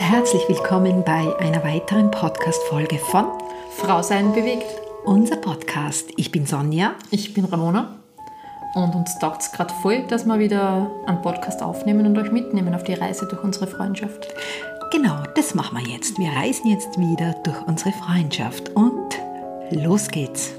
Herzlich willkommen bei einer weiteren Podcast-Folge von Frau sein bewegt. Unser Podcast. Ich bin Sonja. Ich bin Ramona. Und uns taugt es gerade voll, dass wir wieder einen Podcast aufnehmen und euch mitnehmen auf die Reise durch unsere Freundschaft. Genau, das machen wir jetzt. Wir reisen jetzt wieder durch unsere Freundschaft und los geht's.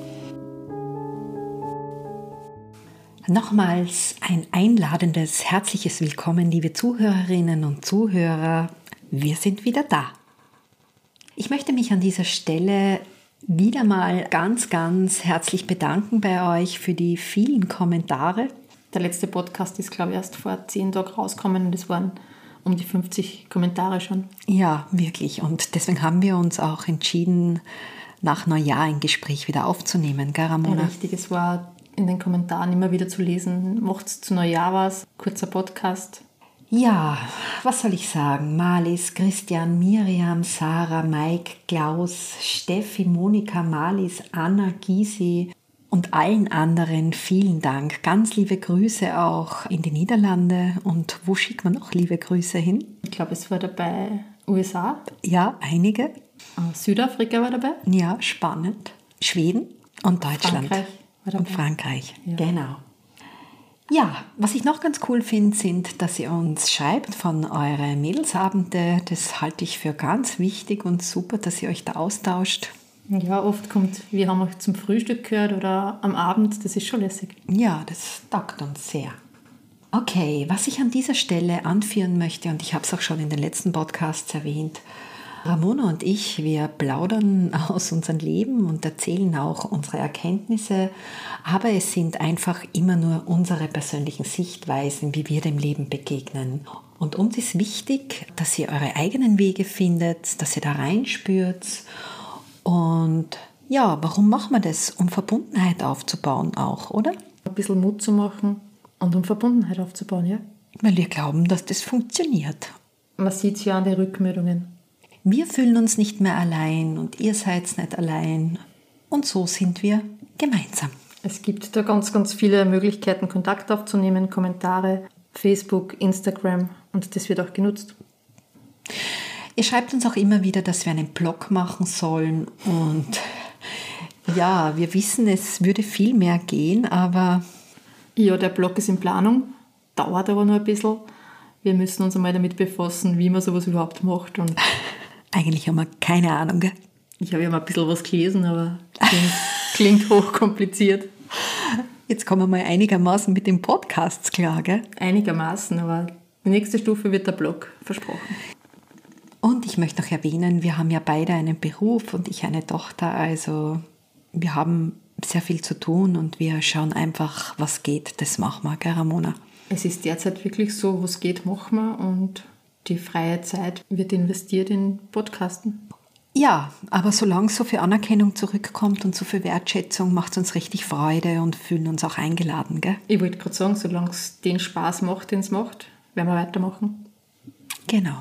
Nochmals ein einladendes, herzliches Willkommen, liebe Zuhörerinnen und Zuhörer. Wir sind wieder da. Ich möchte mich an dieser Stelle wieder mal ganz herzlich bedanken bei euch für die vielen Kommentare. Der letzte Podcast ist, glaube ich, erst vor 10 Tagen rausgekommen und es waren um die 50 Kommentare schon. Ja, wirklich. Und deswegen haben wir uns auch entschieden, nach Neujahr ein Gespräch wieder aufzunehmen, gell, Ramona? Ja, richtig, es war in den Kommentaren immer wieder zu lesen, macht's zu Neujahr was, kurzer Podcast. Ja, was soll ich sagen? Marlies, Christian, Miriam, Sarah, Mike, Klaus, Steffi, Monika, Marlies, Anna, Gysi und allen anderen vielen Dank. Ganz liebe Grüße auch in die Niederlande. Und wo schickt man noch liebe Grüße hin? Ich glaube, es war dabei USA. Ja, einige. Südafrika war dabei. Ja, spannend. Schweden und Deutschland. Frankreich war dabei. Und Frankreich, ja. Genau. Ja, was ich noch ganz cool finde, sind, dass ihr uns schreibt von euren Mädelsabende. Das halte ich für ganz wichtig und super, dass ihr euch da austauscht. Ja, oft kommt, wir haben euch zum Frühstück gehört oder am Abend, das ist schon lässig. Ja, das taugt uns sehr. Okay, was ich an dieser Stelle anführen möchte, und ich habe es auch schon in den letzten Podcasts erwähnt, Ramona und ich, wir plaudern aus unserem Leben und erzählen auch unsere Erkenntnisse, aber es sind einfach immer nur unsere persönlichen Sichtweisen, wie wir dem Leben begegnen. Und uns ist wichtig, dass ihr eure eigenen Wege findet, dass ihr da reinspürt. Und ja, warum machen wir das? Um Verbundenheit aufzubauen auch, oder? Ein bisschen Mut zu machen und um Verbundenheit aufzubauen, ja. Weil wir glauben, dass das funktioniert. Man sieht es ja an den Rückmeldungen. Wir fühlen uns nicht mehr allein und ihr seid nicht allein. Und so sind wir gemeinsam. Es gibt da ganz viele Möglichkeiten, Kontakt aufzunehmen, Kommentare, Facebook, Instagram, und das wird auch genutzt. Ihr schreibt uns auch immer wieder, dass wir einen Blog machen sollen und ja, wir wissen, es würde viel mehr gehen, aber... Ja, der Blog ist in Planung, dauert aber nur ein bisschen. Wir müssen uns einmal damit befassen, wie man sowas überhaupt macht. Und eigentlich haben wir keine Ahnung, gell? Ich habe ja mal ein bisschen was gelesen, aber klingt hochkompliziert. Jetzt kommen wir mal einigermaßen mit den Podcasts klar, gell? Einigermaßen, aber die nächste Stufe wird der Blog, versprochen. Und ich möchte noch erwähnen, wir haben ja beide einen Beruf und ich eine Tochter, also wir haben sehr viel zu tun und wir schauen einfach, was geht, das machen wir, gell, Ramona? Es ist derzeit wirklich so, was geht, machen wir, und die freie Zeit wird investiert in Podcasten. Ja, aber solange so viel Anerkennung zurückkommt und so viel Wertschätzung, macht es uns richtig Freude und fühlen uns auch eingeladen, gell? Ich wollte gerade sagen, solange es den Spaß macht, den es macht, werden wir weitermachen. Genau.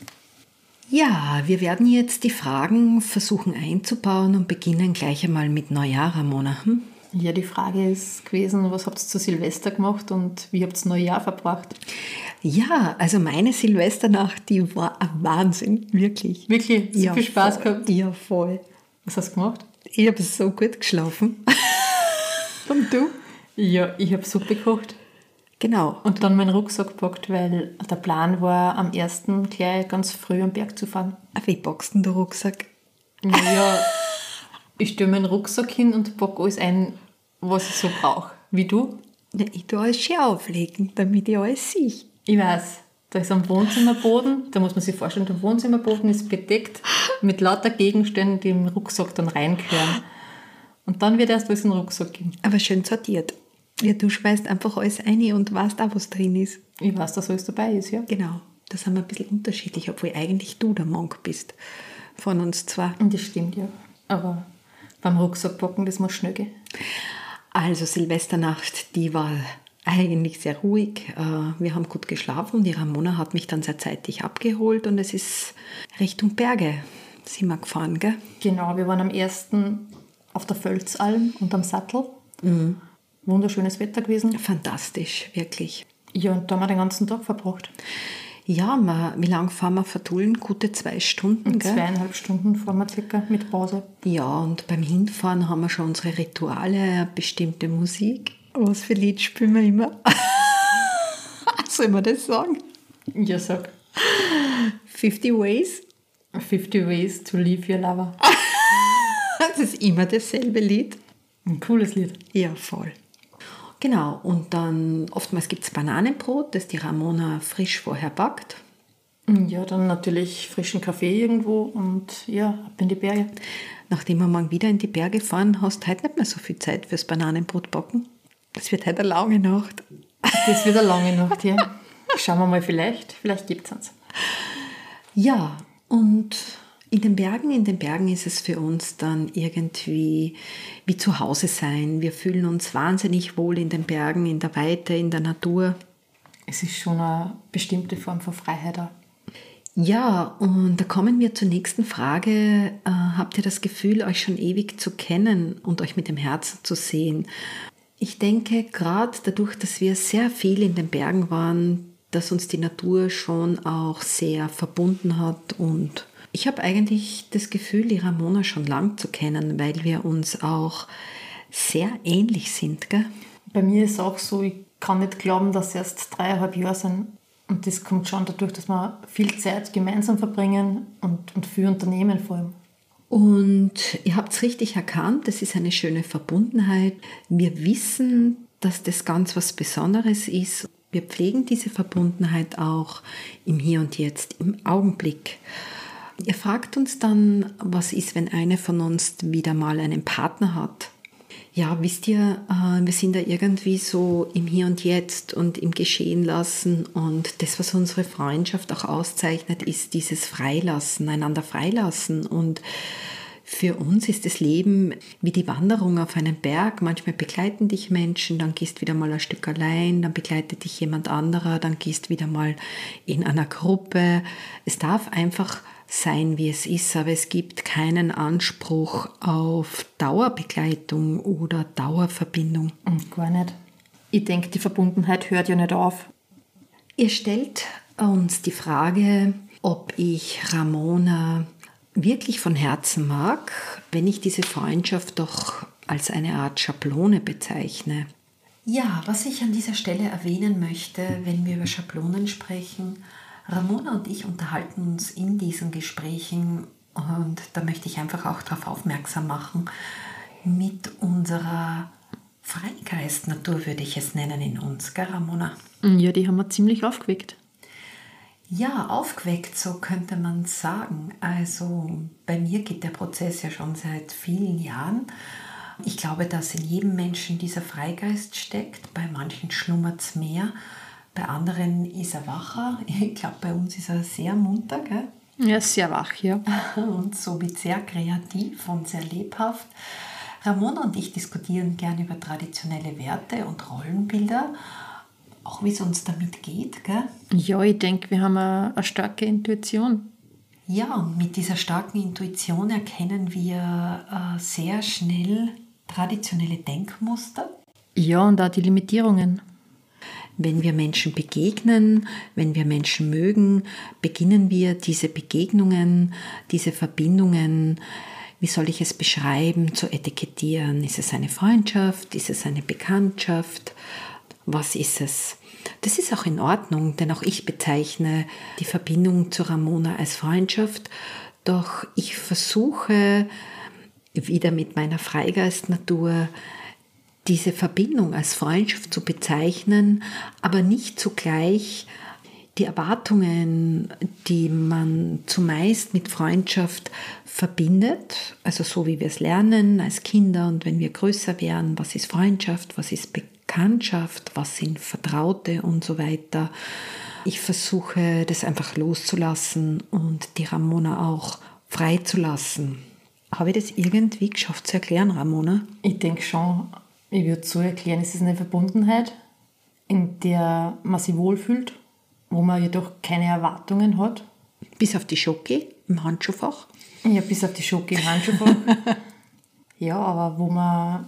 Ja, wir werden jetzt die Fragen versuchen einzubauen und beginnen gleich einmal mit Neujahr, Ramona. Ja, die Frage ist gewesen, was habt ihr zu Silvester gemacht und wie habt ihr Neujahr verbracht? Ja, also meine Silvesternacht, die war ein Wahnsinn, wirklich. Wirklich? So viel Spaß gehabt? Ja, voll. Was hast du gemacht? Ich habe so gut geschlafen. Und du? Ja, ich habe Suppe gekocht. Genau. Und dann meinen Rucksack gepackt, weil der Plan war, am 1. gleich ganz früh am Berg zu fahren. Wie packst du den Rucksack? Ja, ich stelle meinen Rucksack hin und packe alles ein, was ich so brauche. Wie du? Ja, ich tue alles schön auflegen, damit ich alles sehe. Ich weiß, da ist am Wohnzimmerboden, da muss man sich vorstellen, der Wohnzimmerboden ist bedeckt mit lauter Gegenständen, die im Rucksack dann reingehören. Und dann wird erst was in den Rucksack gehen. Aber schön sortiert. Ja, du schmeißt einfach alles rein und weißt auch, was drin ist. Ich weiß, dass alles dabei ist, ja. Genau, das sind wir ein bisschen unterschiedlich, obwohl eigentlich du der Monk bist von uns zwei. Und das stimmt, ja. Aber beim Rucksackpacken, das muss schnell gehen. Also Silvesternacht, die war eigentlich sehr ruhig. Wir haben gut geschlafen. Die Ramona hat mich dann sehr zeitig abgeholt und es ist Richtung Berge sind wir gefahren, gell? Genau, wir waren am 1. auf der Völzalm und am Sattel. Mhm. Wunderschönes Wetter gewesen. Fantastisch, wirklich. Ja, und da haben wir den ganzen Tag verbracht. Ja, wie lange fahren wir Vertulen? Gute 2 Stunden, gell? 2,5 Stunden fahren wir circa mit Pause. Ja, und beim Hinfahren haben wir schon unsere Rituale, bestimmte Musik. Was für Lied spielen wir immer? Soll man das sagen? Ja, sag. 50 Ways. 50 Ways to Leave Your Lover. Das ist immer dasselbe Lied. Ein cooles Lied. Ja, voll. Genau, und dann oftmals gibt es Bananenbrot, das die Ramona frisch vorher backt. Ja, dann natürlich frischen Kaffee irgendwo und ja, ab in die Berge. Nachdem wir morgen wieder in die Berge fahren, hast du heute nicht mehr so viel Zeit fürs Bananenbrot backen. Das wird heute eine lange Nacht. Das wird eine lange Nacht, ja. Schauen wir mal, vielleicht gibt es uns. Ja, und in den Bergen ist es für uns dann irgendwie wie zu Hause sein. Wir fühlen uns wahnsinnig wohl in den Bergen, in der Weite, in der Natur. Es ist schon eine bestimmte Form von Freiheit auch. Ja, und da kommen wir zur nächsten Frage. Habt ihr das Gefühl, euch schon ewig zu kennen und euch mit dem Herzen zu sehen? Ich denke, gerade dadurch, dass wir sehr viel in den Bergen waren, dass uns die Natur schon auch sehr verbunden hat. Und ich habe eigentlich das Gefühl, die Ramona schon lang zu kennen, weil wir uns auch sehr ähnlich sind, gell? Bei mir ist es auch so, ich kann nicht glauben, dass es erst 3,5 Jahre sind. Und das kommt schon dadurch, dass wir viel Zeit gemeinsam verbringen und viel unternehmen vor allem. Und ihr habt es richtig erkannt, das ist eine schöne Verbundenheit. Wir wissen, dass das ganz was Besonderes ist. Wir pflegen diese Verbundenheit auch im Hier und Jetzt, im Augenblick. Ihr fragt uns dann, was ist, wenn eine von uns wieder mal einen Partner hat? Ja, wisst ihr, wir sind da irgendwie so im Hier und Jetzt und im Geschehen lassen. Und das, was unsere Freundschaft auch auszeichnet, ist dieses Freilassen, einander freilassen. Und für uns ist das Leben wie die Wanderung auf einen Berg. Manchmal begleiten dich Menschen, dann gehst wieder mal ein Stück allein, dann begleitet dich jemand anderer, dann gehst wieder mal in einer Gruppe. Es darf einfach sein, wie es ist, aber es gibt keinen Anspruch auf Dauerbegleitung oder Dauerverbindung. Gar nicht. Ich denke, die Verbundenheit hört ja nicht auf. Ihr stellt uns die Frage, ob ich Ramona wirklich von Herzen mag, wenn ich diese Freundschaft doch als eine Art Schablone bezeichne. Ja, was ich an dieser Stelle erwähnen möchte, wenn wir über Schablonen sprechen, Ramona und ich unterhalten uns in diesen Gesprächen, und da möchte ich einfach auch darauf aufmerksam machen, mit unserer Freigeist-Natur, würde ich es nennen, in uns, gell, Ramona? Ja, die haben wir ziemlich aufgeweckt. Ja, aufgeweckt, so könnte man sagen. Also bei mir geht der Prozess ja schon seit vielen Jahren. Ich glaube, dass in jedem Menschen dieser Freigeist steckt. Bei manchen schlummert es mehr. Bei anderen ist er wacher. Ich glaube, bei uns ist er sehr munter, gell? Ja, sehr wach, ja. Und somit sehr kreativ und sehr lebhaft. Ramona und ich diskutieren gerne über traditionelle Werte und Rollenbilder, auch wie es uns damit geht, gell? Ja, ich denke, wir haben eine starke Intuition. Ja, und mit dieser starken Intuition erkennen wir sehr schnell traditionelle Denkmuster. Ja, und auch die Limitierungen. Wenn wir Menschen begegnen, wenn wir Menschen mögen, beginnen wir diese Begegnungen, diese Verbindungen, wie soll ich es beschreiben, zu etikettieren. Ist es eine Freundschaft? Ist es eine Bekanntschaft? Was ist es? Das ist auch in Ordnung, denn auch ich bezeichne die Verbindung zu Ramona als Freundschaft, doch ich versuche wieder mit meiner Freigeist-Natur diese Verbindung als Freundschaft zu bezeichnen, aber nicht zugleich die Erwartungen, die man zumeist mit Freundschaft verbindet, also so wie wir es lernen als Kinder und wenn wir größer werden, was ist Freundschaft, was ist Bekanntschaft, was sind Vertraute und so weiter. Ich versuche das einfach loszulassen und die Ramona auch freizulassen. Habe ich das irgendwie geschafft zu erklären, Ramona? Ich denke schon. Ich würde so erklären, es ist eine Verbundenheit, in der man sich wohlfühlt, wo man jedoch keine Erwartungen hat. Bis auf die Schoki im Handschuhfach? Ja, bis auf die Schoki im Handschuhfach. Ja, aber wo man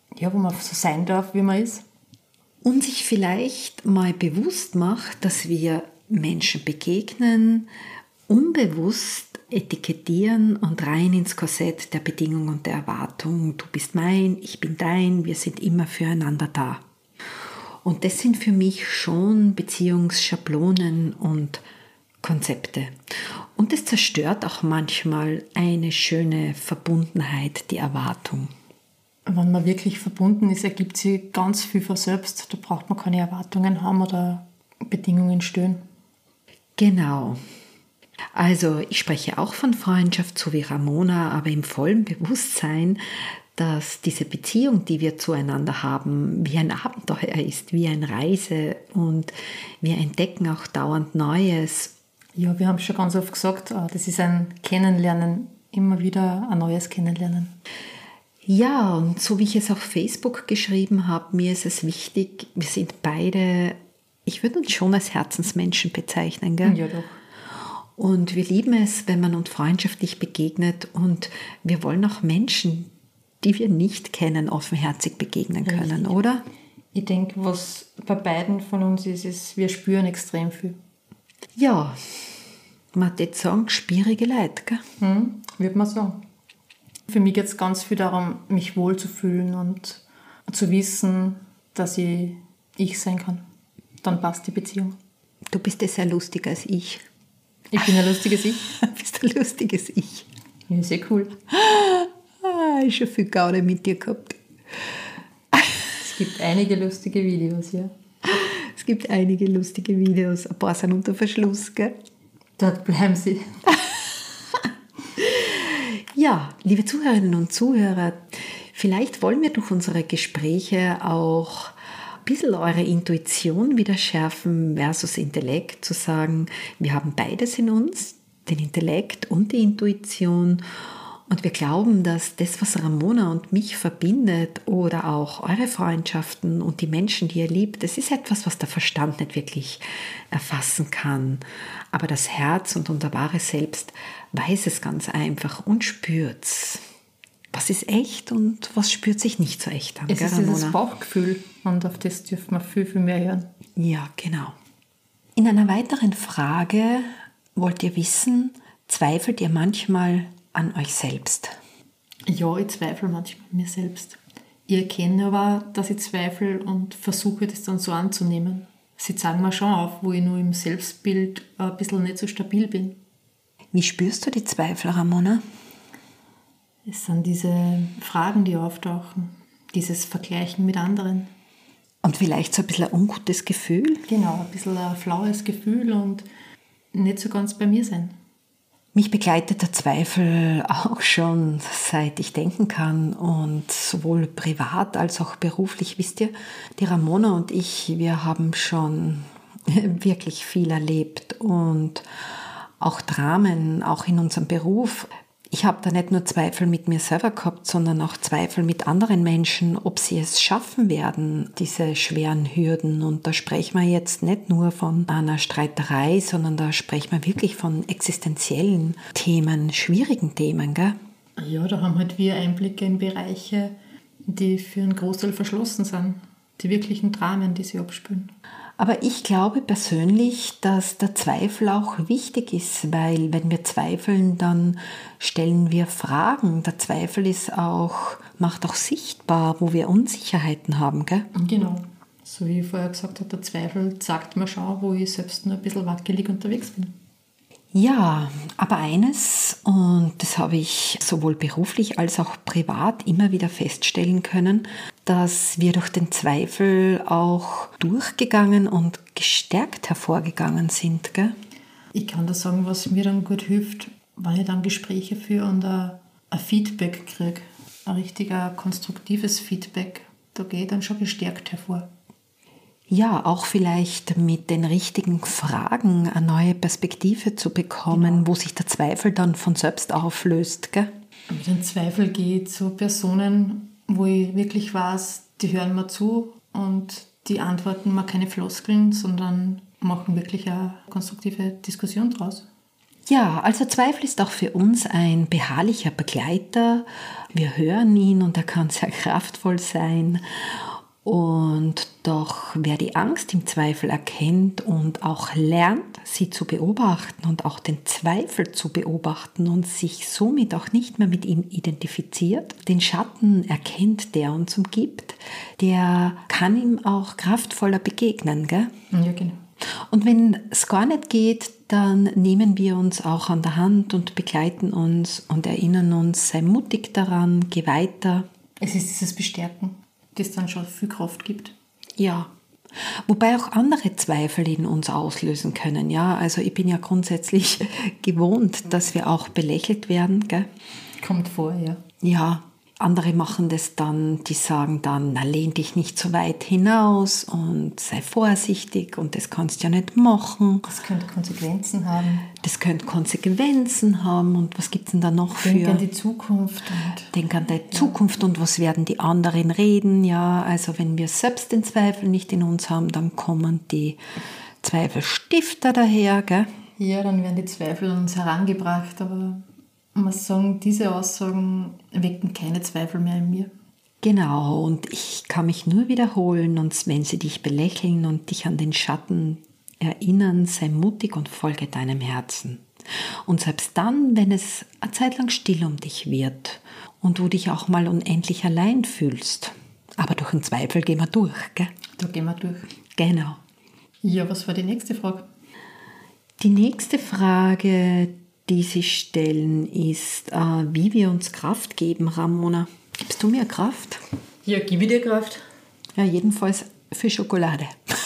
so sein darf, wie man ist. Und sich vielleicht mal bewusst macht, dass wir Menschen begegnen, unbewusst etikettieren und rein ins Korsett der Bedingung und der Erwartung. Du bist mein, ich bin dein, wir sind immer füreinander da. Und das sind für mich schon Beziehungsschablonen und Konzepte. Und es zerstört auch manchmal eine schöne Verbundenheit, die Erwartung. Wenn man wirklich verbunden ist, ergibt sich ganz viel von selbst. Da braucht man keine Erwartungen haben oder Bedingungen stellen. Genau. Also ich spreche auch von Freundschaft, so wie Ramona, aber im vollen Bewusstsein, dass diese Beziehung, die wir zueinander haben, wie ein Abenteuer ist, wie eine Reise und wir entdecken auch dauernd Neues. Ja, wir haben schon ganz oft gesagt, das ist ein Kennenlernen, immer wieder ein neues Kennenlernen. Ja, und so wie ich es auf Facebook geschrieben habe, mir ist es wichtig, wir sind beide, ich würde uns schon als Herzensmenschen bezeichnen, gell? Ja, doch. Und wir lieben es, wenn man uns freundschaftlich begegnet und wir wollen auch Menschen, die wir nicht kennen, offenherzig begegnen können, Richtig. oder? Ich denke, was bei beiden von uns ist, wir spüren extrem viel. Ja, man würde sagen, schwierige Leute, gell? Würde man sagen. Für mich geht es ganz viel darum, mich wohlzufühlen und zu wissen, dass ich sein kann. Dann passt die Beziehung. Du bist ja sehr lustig als ich. Ich bin ein lustiges Ich. Du bist ein lustiges Ich. Ja, sehr cool. Ich schon viel Gaude mit dir gehabt. Es gibt einige lustige Videos, ja. Es gibt einige lustige Videos. Ein paar sind unter Verschluss, gell? Dort bleiben sie. Ja, liebe Zuhörerinnen und Zuhörer, vielleicht wollen wir durch unsere Gespräche auch ein bisschen eure Intuition wieder schärfen versus Intellekt, zu sagen, wir haben beides in uns, den Intellekt und die Intuition. Und wir glauben, dass das, was Ramona und mich verbindet oder auch eure Freundschaften und die Menschen, die ihr liebt, das ist etwas, was der Verstand nicht wirklich erfassen kann. Aber das Herz und unser wahres Selbst weiß es ganz einfach und spürt es. Was ist echt und was spürt sich nicht so echt an? Es gell, ist dieses Bauchgefühl und auf das dürfen wir viel, viel mehr hören. Ja, genau. In einer weiteren Frage wollt ihr wissen, zweifelt ihr manchmal an euch selbst? Ja, ich zweifle manchmal an mir selbst. Ich erkenne aber, dass ich zweifle und versuche, das dann so anzunehmen. Sie zeigen mir schon auf, wo ich nur im Selbstbild ein bisschen nicht so stabil bin. Wie spürst du die Zweifel, Ramona? Es sind diese Fragen, die auftauchen, dieses Vergleichen mit anderen. Und vielleicht so ein bisschen ein ungutes Gefühl? Genau, ein bisschen ein flaues Gefühl und nicht so ganz bei mir sein. Mich begleitet der Zweifel auch schon seit ich denken kann und sowohl privat als auch beruflich. Wisst ihr, die Ramona und ich, wir haben schon wirklich viel erlebt und auch Dramen, auch in unserem Beruf. Ich habe da nicht nur Zweifel mit mir selber gehabt, sondern auch Zweifel mit anderen Menschen, ob sie es schaffen werden, diese schweren Hürden. Und da sprechen wir jetzt nicht nur von einer Streiterei, sondern da sprechen wir wirklich von existenziellen Themen, schwierigen Themen, gell? Ja, da haben halt wir Einblicke in Bereiche, die für einen Großteil verschlossen sind. Die wirklichen Dramen, die sie abspülen. Aber ich glaube persönlich, dass der Zweifel auch wichtig ist, weil wenn wir zweifeln, dann stellen wir Fragen. Der Zweifel macht auch sichtbar, wo wir Unsicherheiten haben, gell? Genau. So wie ich vorher gesagt habe, der Zweifel sagt mir schon, wo ich selbst nur ein bisschen wackelig unterwegs bin. Ja, aber eines, und das habe ich sowohl beruflich als auch privat immer wieder feststellen können, dass wir durch den Zweifel auch durchgegangen und gestärkt hervorgegangen sind, gell? Ich kann da sagen, was mir dann gut hilft, wenn ich dann Gespräche führe und ein Feedback kriege, ein richtiger konstruktives Feedback, da gehe ich dann schon gestärkt hervor. Ja, auch vielleicht mit den richtigen Fragen eine neue Perspektive zu bekommen, wo sich der Zweifel dann von selbst auflöst, gell? Mit dem Zweifel gehe ich zu Personen, wo ich wirklich weiß, die hören mir zu und die antworten mir keine Floskeln, sondern machen wirklich eine konstruktive Diskussion draus. Ja, also Zweifel ist auch für uns ein beharrlicher Begleiter. Wir hören ihn und er kann sehr kraftvoll sein. Und doch wer die Angst im Zweifel erkennt und auch lernt, sie zu beobachten und auch den Zweifel zu beobachten und sich somit auch nicht mehr mit ihm identifiziert, den Schatten erkennt, der uns umgibt, der kann ihm auch kraftvoller begegnen, gell? Ja, genau. Und wenn es gar nicht geht, dann nehmen wir uns auch an der Hand und begleiten uns und erinnern uns, sei mutig daran, geh weiter. Es ist dieses Bestärken, das dann schon viel Kraft gibt. Ja, wobei auch andere Zweifel in uns auslösen können. Ja, also ich bin ja grundsätzlich gewohnt, dass wir auch belächelt werden, gell? Kommt vor, ja. Ja, andere machen das dann, die sagen dann, na lehn dich nicht so weit hinaus und sei vorsichtig und das kannst du ja nicht machen. Das könnte Konsequenzen haben. Das könnte Konsequenzen haben und was gibt es denn da noch für? Denk an die Zukunft. Denk an die Zukunft und was werden die anderen reden? Ja, also wenn wir selbst den Zweifel nicht in uns haben, dann kommen die Zweifelstifter daher, gell? Ja, dann werden die Zweifel an uns herangebracht, aber ich muss sagen, diese Aussagen wecken keine Zweifel mehr in mir. Genau, und ich kann mich nur wiederholen, und wenn sie dich belächeln und dich an den Schatten erinnern, sei mutig und folge deinem Herzen. Und selbst dann, wenn es eine Zeit lang still um dich wird und du dich auch mal unendlich allein fühlst, aber durch den Zweifel gehen wir durch, gell? Da gehen wir durch. Genau. Ja, was war die nächste Frage? Die nächste Frage, die Sie stellen, ist, wie wir uns Kraft geben, Ramona. Gibst du mir Kraft? Ja, gebe ich dir Kraft. Ja, jedenfalls für Schokolade.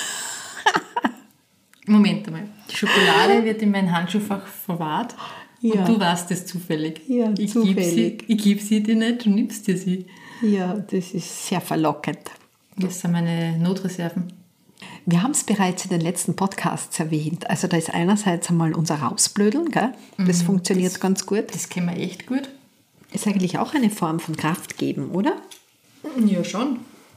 Moment einmal. Die Schokolade wird in mein Handschuhfach verwahrt Ja. und du weißt es zufällig. Ja, zufällig. Ich gebe sie dir nicht, du nimmst dir sie. Ja, das ist sehr verlockend. Das sind meine Notreserven. Wir haben es bereits in den letzten Podcasts erwähnt. Also da ist einerseits einmal unser Rausblödeln, gell? Das funktioniert ganz gut. Das kennen wir echt gut. Ist eigentlich auch eine Form von Kraft geben, oder? Ja, schon.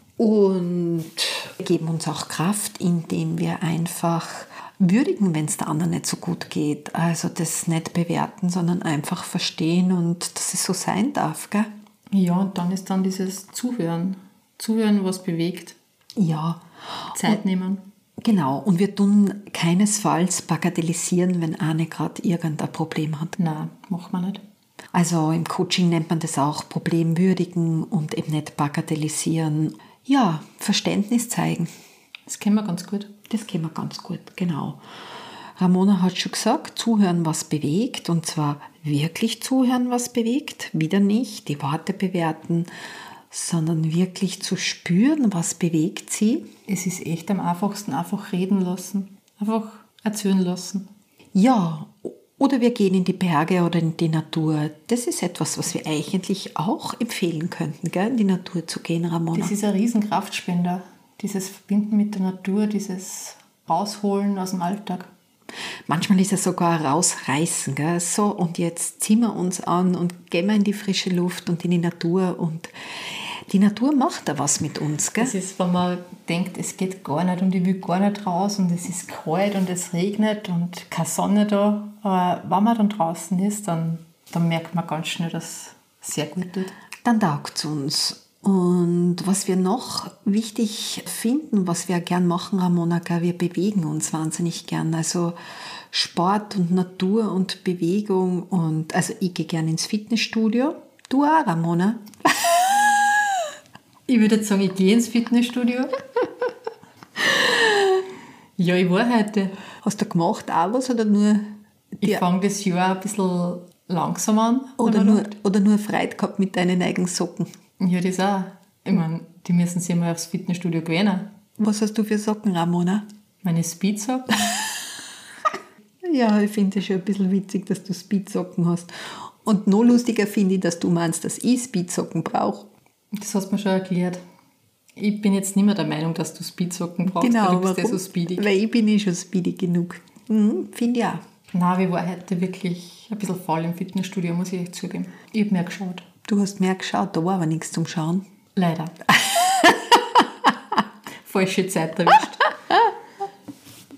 Und wir geben uns auch Kraft, indem wir einfach würdigen, wenn es der anderen nicht so gut geht. Also das nicht bewerten, sondern einfach verstehen und dass es so sein darf, gell? Ja, und dann ist dann dieses Zuhören. Zuhören, was bewegt. Ja. Zeit nehmen. Genau. Und wir tun keinesfalls bagatellisieren, wenn eine gerade irgendein Problem hat. Nein, macht man nicht. Also im Coaching nennt man das auch Problem würdigen und eben nicht bagatellisieren. Ja, Verständnis zeigen. Das kennen wir ganz gut. Das kennen wir ganz gut, genau. Ramona hat schon gesagt, zuhören, was bewegt. Und zwar wirklich zuhören, was bewegt. Wieder nicht die Worte bewerten, sondern wirklich zu spüren, was bewegt sie. Es ist echt am einfachsten, einfach reden lassen. Einfach erzählen lassen. Ja, oder wir gehen in die Berge oder in die Natur. Das ist etwas, was wir eigentlich auch empfehlen könnten, gell? In die Natur zu gehen, Ramona. Das ist ein riesen Kraftspender. Dieses Verbinden mit der Natur, dieses Rausholen aus dem Alltag. Manchmal ist es sogar rausreißen, gell? So, und jetzt ziehen wir uns an und gehen wir in die frische Luft und in die Natur. Und die Natur macht da was mit uns, gell? Das ist, wenn man denkt, es geht gar nicht und ich will gar nicht raus und es ist kalt und es regnet und keine Sonne da. Aber wenn man dann draußen ist, dann merkt man ganz schnell, dass es sehr gut tut. Dann taugt es uns. Und was wir noch wichtig finden, was wir gern machen, Ramona, wir bewegen uns wahnsinnig gern. Also Sport und Natur und Bewegung. Und also ich gehe gern ins Fitnessstudio. Du auch, Ramona? Ich würde jetzt sagen, ich gehe ins Fitnessstudio. Ja, ich war heute. Hast du gemacht auch was oder nur... Ich fange das Jahr ein bisschen langsam an. Oder nur Freude gehabt mit deinen eigenen Socken? Ja, das auch. Ich meine, die müssen sich mal aufs Fitnessstudio gewöhnen. Was hast du für Socken, Ramona? Meine Speedsocken. Ja, ich finde es schon ein bisschen witzig, dass du Speedsocken hast. Und noch lustiger finde ich, dass du meinst, dass ich Speedsocken brauche. Das hast du mir schon erklärt. Ich bin jetzt nicht mehr der Meinung, dass du Speedsocken brauchst, Genau, weil du bist ja warum? so speedig. Weil ich bin schon speedy genug. Finde ich auch. Nein, ich war heute wirklich ein bisschen faul im Fitnessstudio, muss ich echt zugeben. Ich habe mehr geschaut. Du hast mehr geschaut, da war aber nichts zum Schauen. Leider. Falsche Zeit erwischt.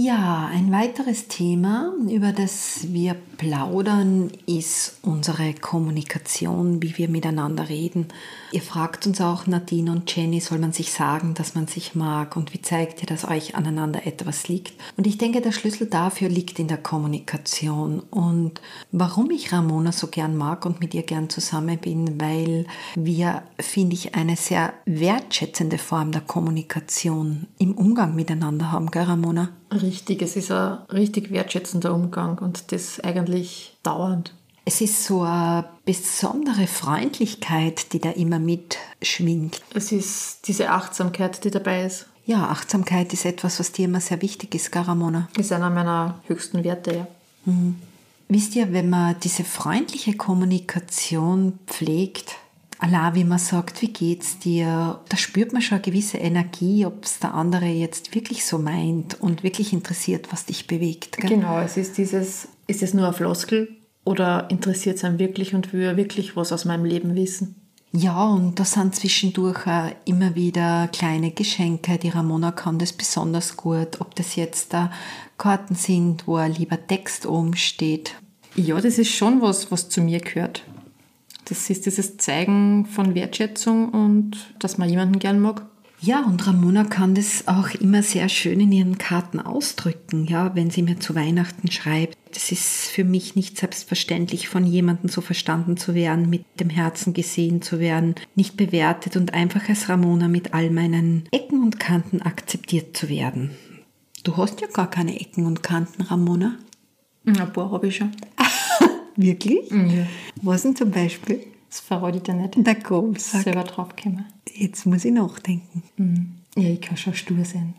Ja, ein weiteres Thema, über das wir plaudern, ist unsere Kommunikation, wie wir miteinander reden. Ihr fragt uns auch, Nadine und Jenny, soll man sich sagen, dass man sich mag und wie zeigt ihr, dass euch aneinander etwas liegt? Und ich denke, der Schlüssel dafür liegt in der Kommunikation. Und warum ich Ramona so gern mag und mit ihr gern zusammen bin, weil wir, finde ich, eine sehr wertschätzende Form der Kommunikation im Umgang miteinander haben, gell, Ramona? Richtig, es ist ein richtig wertschätzender Umgang und das eigentlich dauernd. Es ist so eine besondere Freundlichkeit, die da immer mitschwingt. Es ist diese Achtsamkeit, die dabei ist. Ja, Achtsamkeit ist etwas, was dir immer sehr wichtig ist, gell, Ramona? Ist einer meiner höchsten Werte, ja. Mhm. Wisst ihr, wenn man diese freundliche Kommunikation pflegt, allein wie man sagt, wie geht's dir, da spürt man schon eine gewisse Energie, ob es der andere jetzt wirklich so meint und wirklich interessiert, was dich bewegt. Gell? Genau, es ist dieses, ist es nur eine Floskel oder interessiert es einen wirklich und will er wirklich was aus meinem Leben wissen? Ja, und da sind zwischendurch auch immer wieder kleine Geschenke. Die Ramona kann das besonders gut, ob das jetzt da Karten sind, wo ein lieber Text oben steht. Ja, das ist schon was zu mir gehört. Das ist dieses Zeigen von Wertschätzung und dass man jemanden gern mag. Ja, und Ramona kann das auch immer sehr schön in ihren Karten ausdrücken, ja, wenn sie mir zu Weihnachten schreibt. Das ist für mich nicht selbstverständlich, von jemandem so verstanden zu werden, mit dem Herzen gesehen zu werden, nicht bewertet und einfach als Ramona mit all meinen Ecken und Kanten akzeptiert zu werden. Du hast ja gar keine Ecken und Kanten, Ramona. Ein paar habe ich schon. Wirklich? Ja. Was denn zum Beispiel? Das verrate ich dir nicht. Na komm, sag. Selber draufgekommen. Jetzt muss ich nachdenken. Ja, ich kann schon stur sein.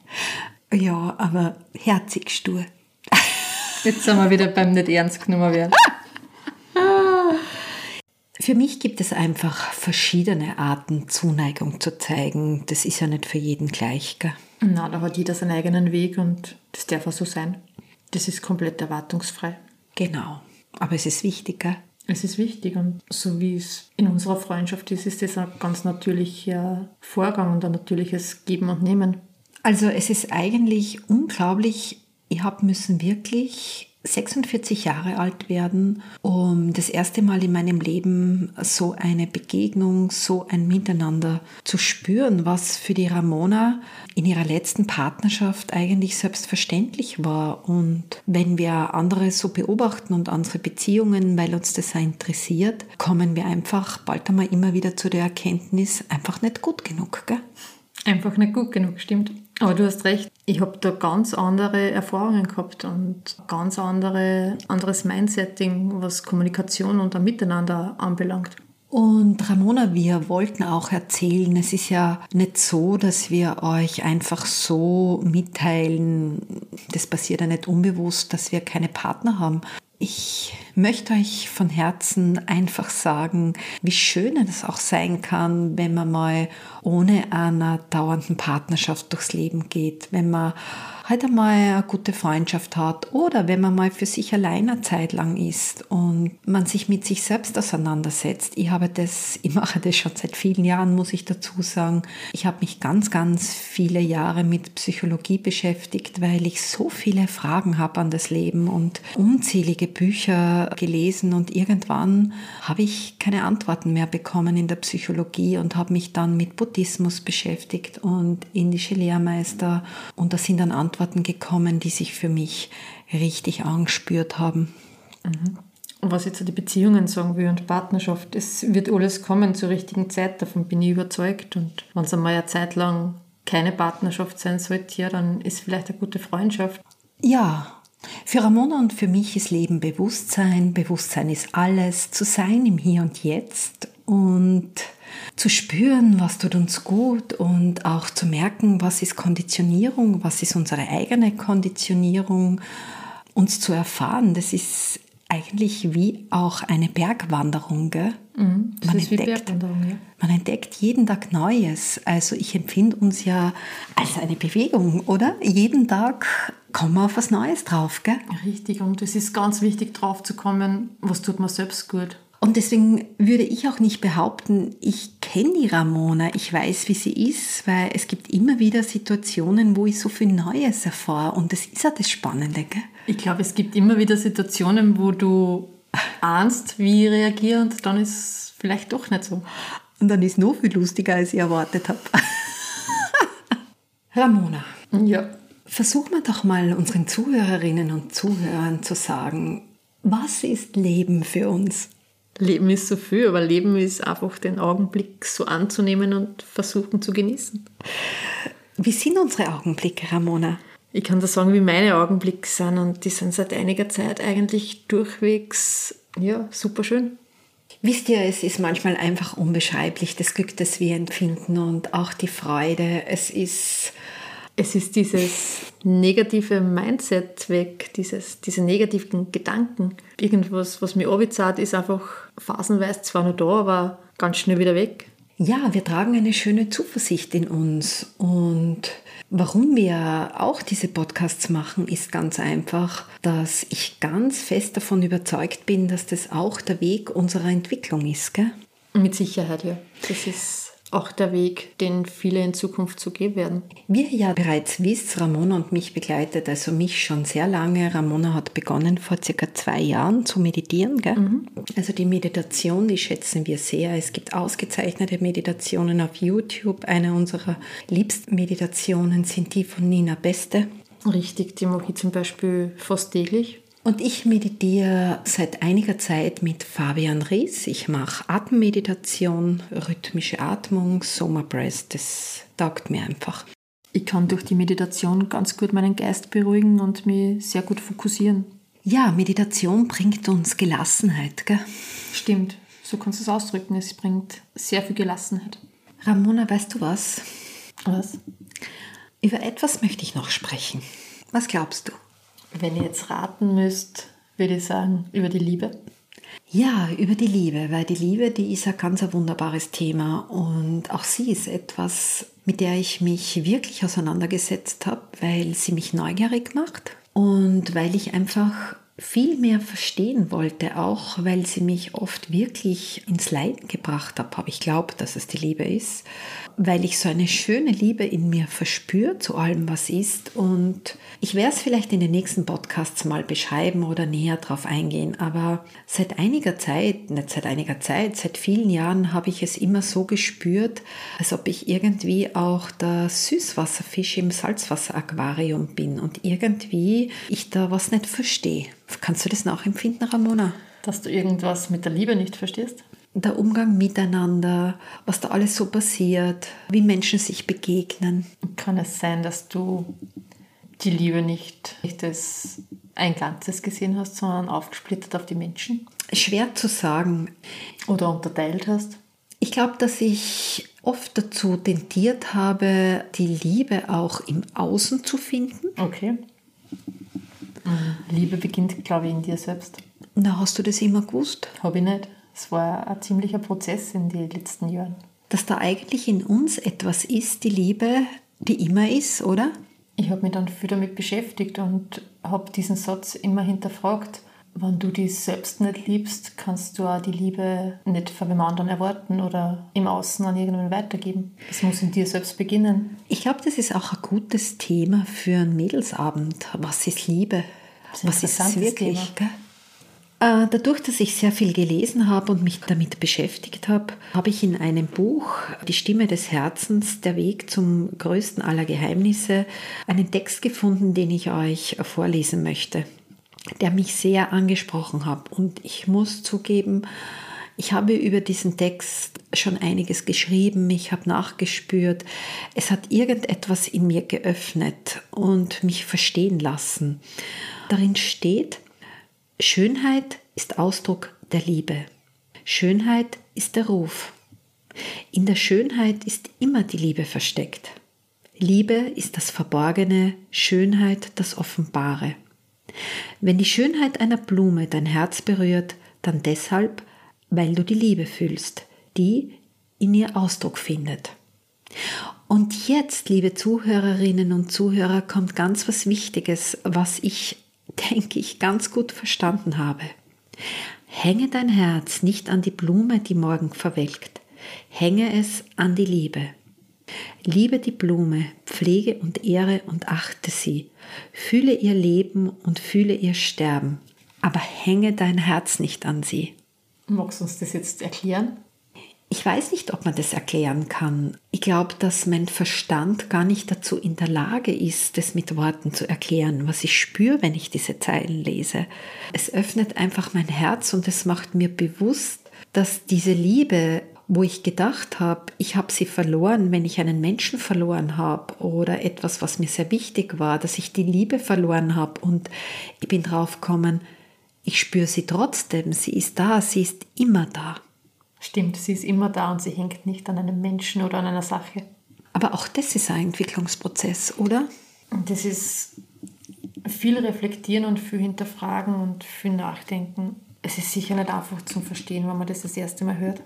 Ja, aber herzig stur. Jetzt sind wir wieder beim nicht ernst genommen werden. Für mich gibt es einfach verschiedene Arten, Zuneigung zu zeigen. Das ist ja nicht für jeden gleich, gell? Na, da hat jeder seinen eigenen Weg und das darf auch so sein. Das ist komplett erwartungsfrei. Genau. Aber es ist wichtig, gell? Es ist wichtig und so wie es in unserer Freundschaft ist, ist das ein ganz natürlicher Vorgang und ein natürliches Geben und Nehmen. Also es ist eigentlich unglaublich, ich habe müssen wirklich 46 Jahre alt werden, um das erste Mal in meinem Leben so eine Begegnung, so ein Miteinander zu spüren, was für die Ramona in ihrer letzten Partnerschaft eigentlich selbstverständlich war. Und wenn wir andere so beobachten und unsere Beziehungen, weil uns das auch interessiert, kommen wir einfach bald einmal immer wieder zu der Erkenntnis, einfach nicht gut genug, gell? Einfach nicht gut genug, stimmt. Aber du hast recht, ich habe da ganz andere Erfahrungen gehabt und ganz anderes Mindsetting, was Kommunikation und ein Miteinander anbelangt. Und Ramona, wir wollten auch erzählen, es ist ja nicht so, dass wir euch einfach so mitteilen, das passiert ja nicht unbewusst, dass wir keine Partner haben. Ich möchte euch von Herzen einfach sagen, wie schön es auch sein kann, wenn man mal ohne einer dauernden Partnerschaft durchs Leben geht, wenn man halt einmal eine gute Freundschaft hat oder wenn man mal für sich allein eine Zeit lang ist und man sich mit sich selbst auseinandersetzt. Ich mache das schon seit vielen Jahren, muss ich dazu sagen. Ich habe mich ganz, ganz viele Jahre mit Psychologie beschäftigt, weil ich so viele Fragen habe an das Leben und unzählige Bücher gelesen und irgendwann habe ich keine Antworten mehr bekommen in der Psychologie und habe mich dann mit Buddhismus beschäftigt und indische Lehrmeister und da sind dann Antworten gekommen, die sich für mich richtig angespürt haben. Und was jetzt die Beziehungen sagen will und Partnerschaft, es wird alles kommen zur richtigen Zeit, davon bin ich überzeugt. Und wenn es einmal eine Zeit lang keine Partnerschaft sein sollte, ja, dann ist vielleicht eine gute Freundschaft. Ja, für Ramona und für mich ist Leben Bewusstsein. Bewusstsein ist alles, zu sein im Hier und Jetzt und zu spüren, was tut uns gut und auch zu merken, was ist Konditionierung, was ist unsere eigene Konditionierung, uns zu erfahren. Das ist eigentlich wie auch eine Bergwanderung, gell? Das ist wie Bergwanderung, ja. Man entdeckt jeden Tag Neues. Also ich empfinde uns ja als eine Bewegung, oder? Jeden Tag kommen wir auf was Neues drauf, gell? Richtig, und es ist ganz wichtig drauf zu kommen, was tut man selbst gut. Und deswegen würde ich auch nicht behaupten, ich kenne die Ramona, ich weiß, wie sie ist, weil es gibt immer wieder Situationen, wo ich so viel Neues erfahre. Und das ist ja das Spannende, gell? Ich glaube, es gibt immer wieder Situationen, wo du ahnst, wie ich reagiere und dann ist es vielleicht doch nicht so. Und dann ist es noch viel lustiger, als ich erwartet habe. Ramona, Ja. versuchen wir doch mal unseren Zuhörerinnen und Zuhörern zu sagen, was ist Leben für uns? Leben ist so viel, aber Leben ist einfach den Augenblick so anzunehmen und versuchen zu genießen. Wie sind unsere Augenblicke, Ramona? Ich kann da sagen, wie meine Augenblicke sind und die sind seit einiger Zeit eigentlich durchwegs, ja, super schön. Wisst ihr, es ist manchmal einfach unbeschreiblich, das Glück, das wir empfinden und auch die Freude. Es ist dieses negative Mindset weg, diese negativen Gedanken. Irgendwas, was mir anbezahlt, ist einfach phasenweise zwar noch da, aber ganz schnell wieder weg. ja, wir tragen eine schöne Zuversicht in uns. Und warum wir auch diese Podcasts machen, ist ganz einfach, dass ich ganz fest davon überzeugt bin, dass das auch der Weg unserer Entwicklung ist, gell? Mit Sicherheit, ja. Das ist auch der Weg, den viele in Zukunft so gehen werden. Wie ihr ja bereits wisst, Ramona und mich begleitet, also mich schon sehr lange. Ramona hat begonnen vor circa 2 Jahren zu meditieren. Gell? Also die Meditation, die schätzen wir sehr. Es gibt ausgezeichnete Meditationen auf YouTube. Eine unserer liebsten Meditationen sind die von Nina Beste. Richtig, die mache ich zum Beispiel fast täglich. Und ich meditiere seit einiger Zeit mit Fabian Ries. Ich mache Atemmeditation, rhythmische Atmung, Soma Breath. Das taugt mir einfach. Ich kann durch die Meditation ganz gut meinen Geist beruhigen und mich sehr gut fokussieren. Ja, Meditation bringt uns Gelassenheit, gell? Stimmt, so kannst du es ausdrücken. Es bringt sehr viel Gelassenheit. Ramona, weißt du was? Was? Über etwas möchte ich noch sprechen. Was glaubst du? Wenn ihr jetzt raten müsst, würde ich sagen, über die Liebe. Ja, über die Liebe, weil die Liebe, die ist ein ganz wunderbares Thema und auch sie ist etwas, mit der ich mich wirklich auseinandergesetzt habe, weil sie mich neugierig macht und weil ich einfach viel mehr verstehen wollte, auch weil sie mich oft wirklich ins Leiden gebracht hat, habe ich geglaubt, dass es die Liebe ist, weil ich so eine schöne Liebe in mir verspüre zu allem, was ist. Und ich werde es vielleicht in den nächsten Podcasts mal beschreiben oder näher drauf eingehen, aber seit vielen Jahren habe ich es immer so gespürt, als ob ich irgendwie auch der Süßwasserfisch im Salzwasseraquarium bin und irgendwie ich da was nicht verstehe. Kannst du das nachempfinden, Ramona? Dass du irgendwas mit der Liebe nicht verstehst? Der Umgang miteinander, was da alles so passiert, wie Menschen sich begegnen. Kann es sein, dass du die Liebe nicht als ein Ganzes gesehen hast, sondern aufgesplittert auf die Menschen? Schwer zu sagen. Oder unterteilt hast? Ich glaube, dass ich oft dazu tendiert habe, die Liebe auch im Außen zu finden. Okay. Liebe beginnt, glaube ich, in dir selbst. Na, hast du das immer gewusst? Habe ich nicht. Es war ein ziemlicher Prozess in den letzten Jahren. Dass da eigentlich in uns etwas ist, die Liebe, die immer ist, oder? Ich habe mich dann viel damit beschäftigt und habe diesen Satz immer hinterfragt. Wenn du dich selbst nicht liebst, kannst du auch die Liebe nicht von wem anderen erwarten oder im Außen an irgendwen weitergeben. Es muss in dir selbst beginnen. Ich glaube, das ist auch ein gutes Thema für einen Mädelsabend. Was ist Liebe? Was ist es wirklich? Gell? Dadurch, dass ich sehr viel gelesen habe und mich damit beschäftigt habe, habe ich in einem Buch Die Stimme des Herzens, der Weg zum größten aller Geheimnisse, einen Text gefunden, den ich euch vorlesen möchte, der mich sehr angesprochen hat. Und ich muss zugeben, ich habe über diesen Text schon einiges geschrieben, ich habe nachgespürt. Es hat irgendetwas in mir geöffnet und mich verstehen lassen. Darin steht: Schönheit ist Ausdruck der Liebe. Schönheit ist der Ruf. In der Schönheit ist immer die Liebe versteckt. Liebe ist das Verborgene, Schönheit das Offenbare. Wenn die Schönheit einer Blume dein Herz berührt, dann deshalb, weil du die Liebe fühlst, die in ihr Ausdruck findet. Und jetzt, liebe Zuhörerinnen und Zuhörer, kommt ganz was Wichtiges, was ich, denke ich, ganz gut verstanden habe. Hänge dein Herz nicht an die Blume, die morgen verwelkt. Hänge es an die Liebe. Liebe die Blume, pflege und ehre und achte sie. Fühle ihr Leben und fühle ihr Sterben. Aber hänge dein Herz nicht an sie. Magst du uns das jetzt erklären? Ich weiß nicht, ob man das erklären kann. Ich glaube, dass mein Verstand gar nicht dazu in der Lage ist, das mit Worten zu erklären, was ich spüre, wenn ich diese Zeilen lese. Es öffnet einfach mein Herz und es macht mir bewusst, dass diese Liebe, wo ich gedacht habe, ich habe sie verloren, wenn ich einen Menschen verloren habe oder etwas, was mir sehr wichtig war, dass ich die Liebe verloren habe und ich bin drauf gekommen, ich spüre sie trotzdem, sie ist da, sie ist immer da. Stimmt, sie ist immer da und sie hängt nicht an einem Menschen oder an einer Sache. Aber auch das ist ein Entwicklungsprozess, oder? Und das ist viel reflektieren und viel hinterfragen und viel nachdenken. Es ist sicher nicht einfach zum Verstehen, wenn man das erste Mal hört.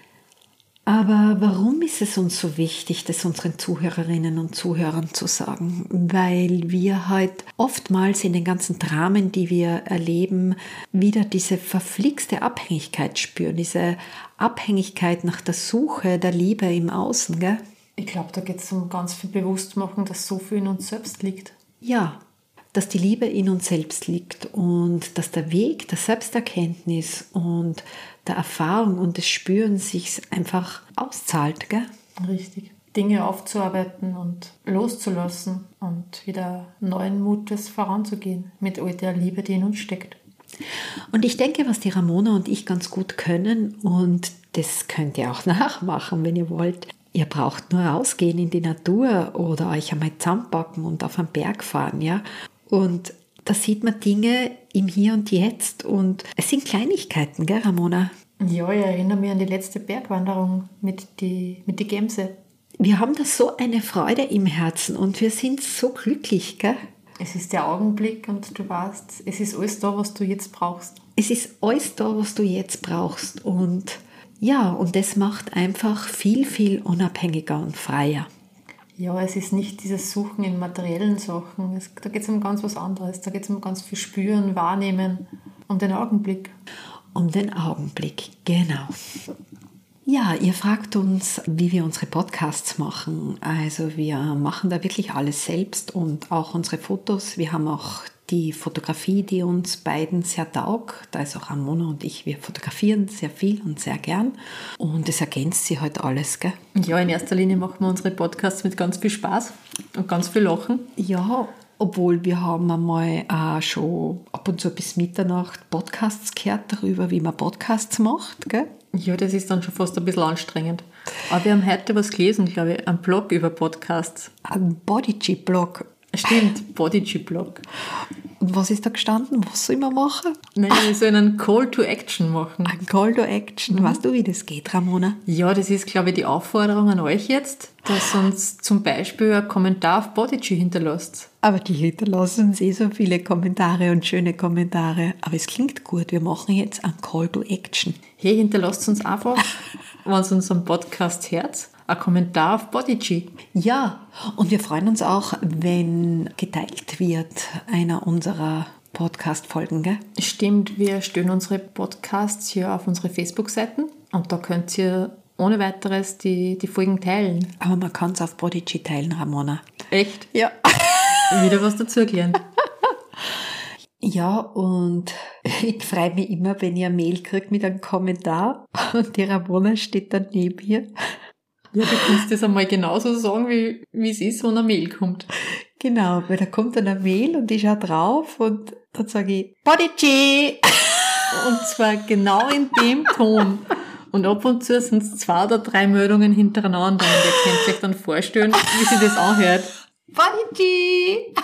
Aber warum ist es uns so wichtig, das unseren Zuhörerinnen und Zuhörern zu sagen? Weil wir halt oftmals in den ganzen Dramen, die wir erleben, wieder diese verflixte Abhängigkeit spüren, diese Abhängigkeit nach der Suche der Liebe im Außen, gell? Ich glaube, da geht es um ganz viel Bewusstmachen, dass so viel in uns selbst liegt. Ja, dass die Liebe in uns selbst liegt und dass der Weg der Selbsterkenntnis und der Erfahrung und des Spürens sich einfach auszahlt, gell? Richtig. Dinge aufzuarbeiten und loszulassen und wieder neuen Mutes voranzugehen mit all der Liebe, die in uns steckt. Und ich denke, was die Ramona und ich ganz gut können, und das könnt ihr auch nachmachen, wenn ihr wollt, ihr braucht nur rausgehen in die Natur oder euch einmal zusammenpacken und auf einen Berg fahren, ja? Und da sieht man Dinge im Hier und Jetzt und es sind Kleinigkeiten, gell, Ramona? Ja, ich erinnere mich an die letzte Bergwanderung mit die Gämse. Wir haben da so eine Freude im Herzen und wir sind so glücklich, gell? Es ist der Augenblick und du weißt, es ist alles da, was du jetzt brauchst. Es ist alles da, was du jetzt brauchst und ja, und das macht einfach viel, viel unabhängiger und freier. Ja, es ist nicht dieses Suchen in materiellen Sachen. Da geht es um ganz was anderes. Da geht es um ganz viel Spüren, Wahrnehmen, um den Augenblick. Um den Augenblick, genau. Ja, ihr fragt uns, wie wir unsere Podcasts machen. Also wir machen da wirklich alles selbst und auch unsere Fotos. Wir haben auch die Fotografie, die uns beiden sehr taugt. Da ist auch Ramona und ich, wir fotografieren sehr viel und sehr gern. Und es ergänzt sich halt alles, gell? Ja, in erster Linie machen wir unsere Podcasts mit ganz viel Spaß und ganz viel Lachen. Ja, obwohl wir haben einmal auch schon ab und zu bis Mitternacht Podcasts gehört darüber, wie man Podcasts macht, gell? Ja, das ist dann schon fast ein bisschen anstrengend. Aber wir haben heute was gelesen, glaube ich, einen Blog über Podcasts. Ein Bodyg-Blog. Stimmt, Bodyg-Blog. Und was ist da gestanden? Was soll man machen? Nein, wir sollen einen Call to Action machen. Ein Call to Action. Weißt du, wie das geht, Ramona? Ja, das ist, glaube ich, die Aufforderung an euch jetzt, dass uns zum Beispiel ein Kommentar auf Bodyg hinterlasst. Aber die hinterlassen uns so viele Kommentare und schöne Kommentare. Aber es klingt gut. Wir machen jetzt ein Call to Action. Hey, hinterlasst uns einfach, wenn es unseren Podcast hört, ein Kommentar auf Bodyg. Ja, und wir freuen uns auch, wenn geteilt wird einer unserer Podcast-Folgen, gell? Stimmt, wir stellen unsere Podcasts hier auf unsere Facebook-Seiten und da könnt ihr ohne weiteres die Folgen teilen. Aber man kann es auf Bodyg teilen, Ramona. Echt? Ja. Wieder was dazugelernt. Ja, und ich freue mich immer, wenn ihr eine Mail kriegt mit einem Kommentar und die Ramona steht dann neben mir. Ja, du kannst das einmal genauso sagen, wie es ist, wenn eine Mail kommt. Genau, weil da kommt dann eine Mail und ich schaue drauf und dann sage ich Bodyg! Und zwar genau in dem Ton. Und ab und zu sind es 2 oder 3 Meldungen hintereinander und ihr könnt euch dann vorstellen, wie sich das anhört. Bodyg!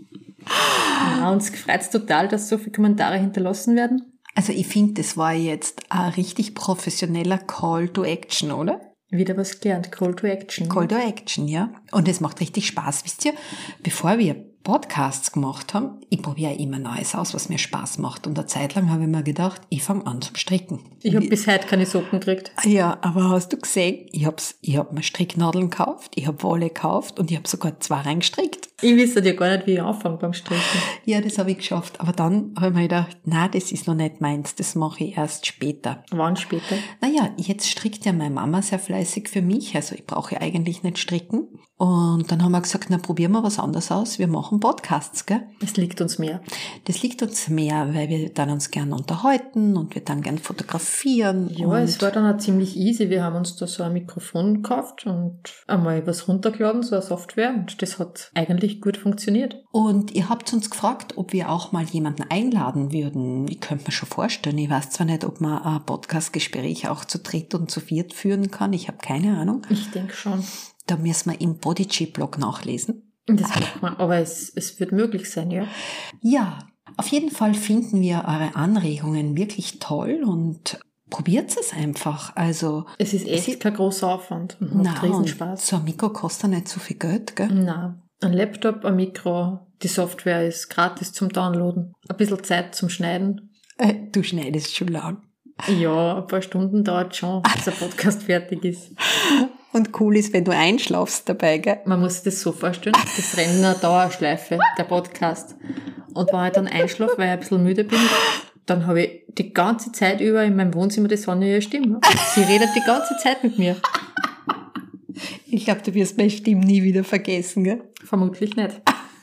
Ja, uns freut es total, dass so viele Kommentare hinterlassen werden. Also ich finde, das war jetzt ein richtig professioneller Call to Action, oder? Wieder was gelernt, Call to Action. Call to Action, ja. Und es macht richtig Spaß. Wisst ihr, bevor wir Podcasts gemacht haben, ich probiere immer Neues aus, was mir Spaß macht. Und eine Zeit lang habe ich mir gedacht, ich fange an zum Stricken. Ich habe bis heute keine Socken gekriegt. Ja, aber hast du gesehen, ich hab mir Stricknadeln gekauft, ich habe Wolle gekauft und ich habe sogar 2 reingestrickt. Ich wüsste ja gar nicht, wie ich anfange beim Stricken. Ja, das habe ich geschafft. Aber dann habe ich mir gedacht, nein, das ist noch nicht meins, das mache ich erst später. Wann später? Naja, jetzt strickt ja meine Mama sehr fleißig für mich, also ich brauche ja eigentlich nicht stricken. Und dann haben wir gesagt, na, probieren wir was anderes aus, wir machen Podcasts, gell? Es liegt uns mehr. Das liegt uns mehr, weil wir dann uns gern unterhalten und wir dann gern fotografieren. Ja, und es war dann auch ziemlich easy. Wir haben uns da so ein Mikrofon gekauft und einmal was runtergeladen, so eine Software, und das hat eigentlich gut funktioniert. Und ihr habt uns gefragt, ob wir auch mal jemanden einladen würden. Ich könnte mir schon vorstellen, ich weiß zwar nicht, ob man ein Podcast-Gespräch auch zu dritt und zu viert führen kann, ich habe keine Ahnung. Ich denke schon. Da müssen wir im Bodyg-Blog nachlesen. Das macht man, aber es wird möglich sein, ja. Ja, auf jeden Fall finden wir eure Anregungen wirklich toll und probiert es einfach. Also, Es ist echt kein großer Aufwand und macht Riesenspaß. so ein Mikro kostet nicht so viel Geld, gell? Nein, ein Laptop, ein Mikro, die Software ist gratis zum Downloaden. Ein bisschen Zeit zum Schneiden. Du schneidest schon lang. Ja, ein paar Stunden dauert schon, bis der Podcast fertig ist. Und cool ist, wenn du einschlafst dabei, gell? Man muss sich das so vorstellen, das rennt in einer Dauerschleife, der Podcast. Und wenn ich dann einschlafe, weil ich ein bisschen müde bin, dann habe ich die ganze Zeit über in meinem Wohnzimmer die Sonne ihre Stimme. Sie redet die ganze Zeit mit mir. Ich glaube, du wirst meine Stimme nie wieder vergessen, gell? Vermutlich nicht.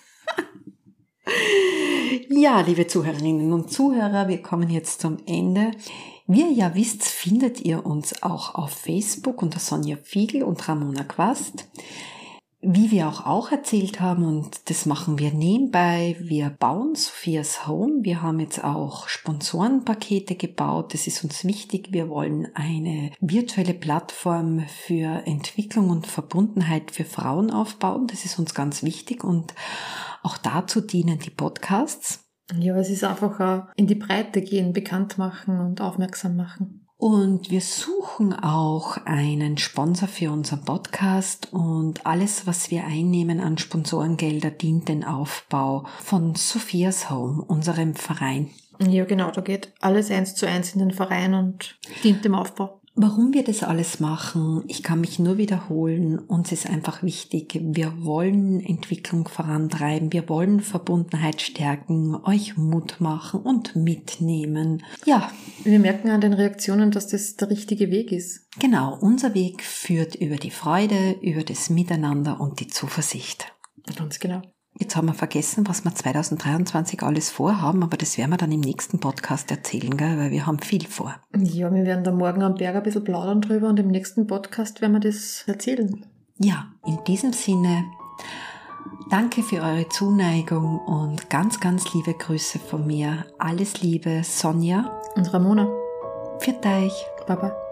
Ja, liebe Zuhörerinnen und Zuhörer, wir kommen jetzt zum Ende. Wie ihr ja wisst, findet ihr uns auch auf Facebook unter Sonja Fiegel und Ramona Quast. Wie wir auch erzählt haben, und das machen wir nebenbei, wir bauen Sophias Home. Wir haben jetzt auch Sponsorenpakete gebaut. Das ist uns wichtig. Wir wollen eine virtuelle Plattform für Entwicklung und Verbundenheit für Frauen aufbauen. Das ist uns ganz wichtig und auch dazu dienen die Podcasts. Ja, es ist einfach auch in die Breite gehen, bekannt machen und aufmerksam machen. Und wir suchen auch einen Sponsor für unseren Podcast und alles, was wir einnehmen an Sponsorengelder, dient den Aufbau von Sophias Home, unserem Verein. Ja, genau, da geht alles 1:1 in den Verein und dient dem Aufbau. Warum wir das alles machen, ich kann mich nur wiederholen, uns ist einfach wichtig, wir wollen Entwicklung vorantreiben, wir wollen Verbundenheit stärken, euch Mut machen und mitnehmen. Ja. Wir merken an den Reaktionen, dass das der richtige Weg ist. Genau, unser Weg führt über die Freude, über das Miteinander und die Zuversicht. Ganz genau. Jetzt haben wir vergessen, was wir 2023 alles vorhaben, aber das werden wir dann im nächsten Podcast erzählen, gell? Weil wir haben viel vor. Ja, wir werden da morgen am Berg ein bisschen plaudern drüber und im nächsten Podcast werden wir das erzählen. Ja, in diesem Sinne, danke für eure Zuneigung und ganz, ganz liebe Grüße von mir. Alles Liebe, Sonja und Ramona. Pfiat euch. Baba.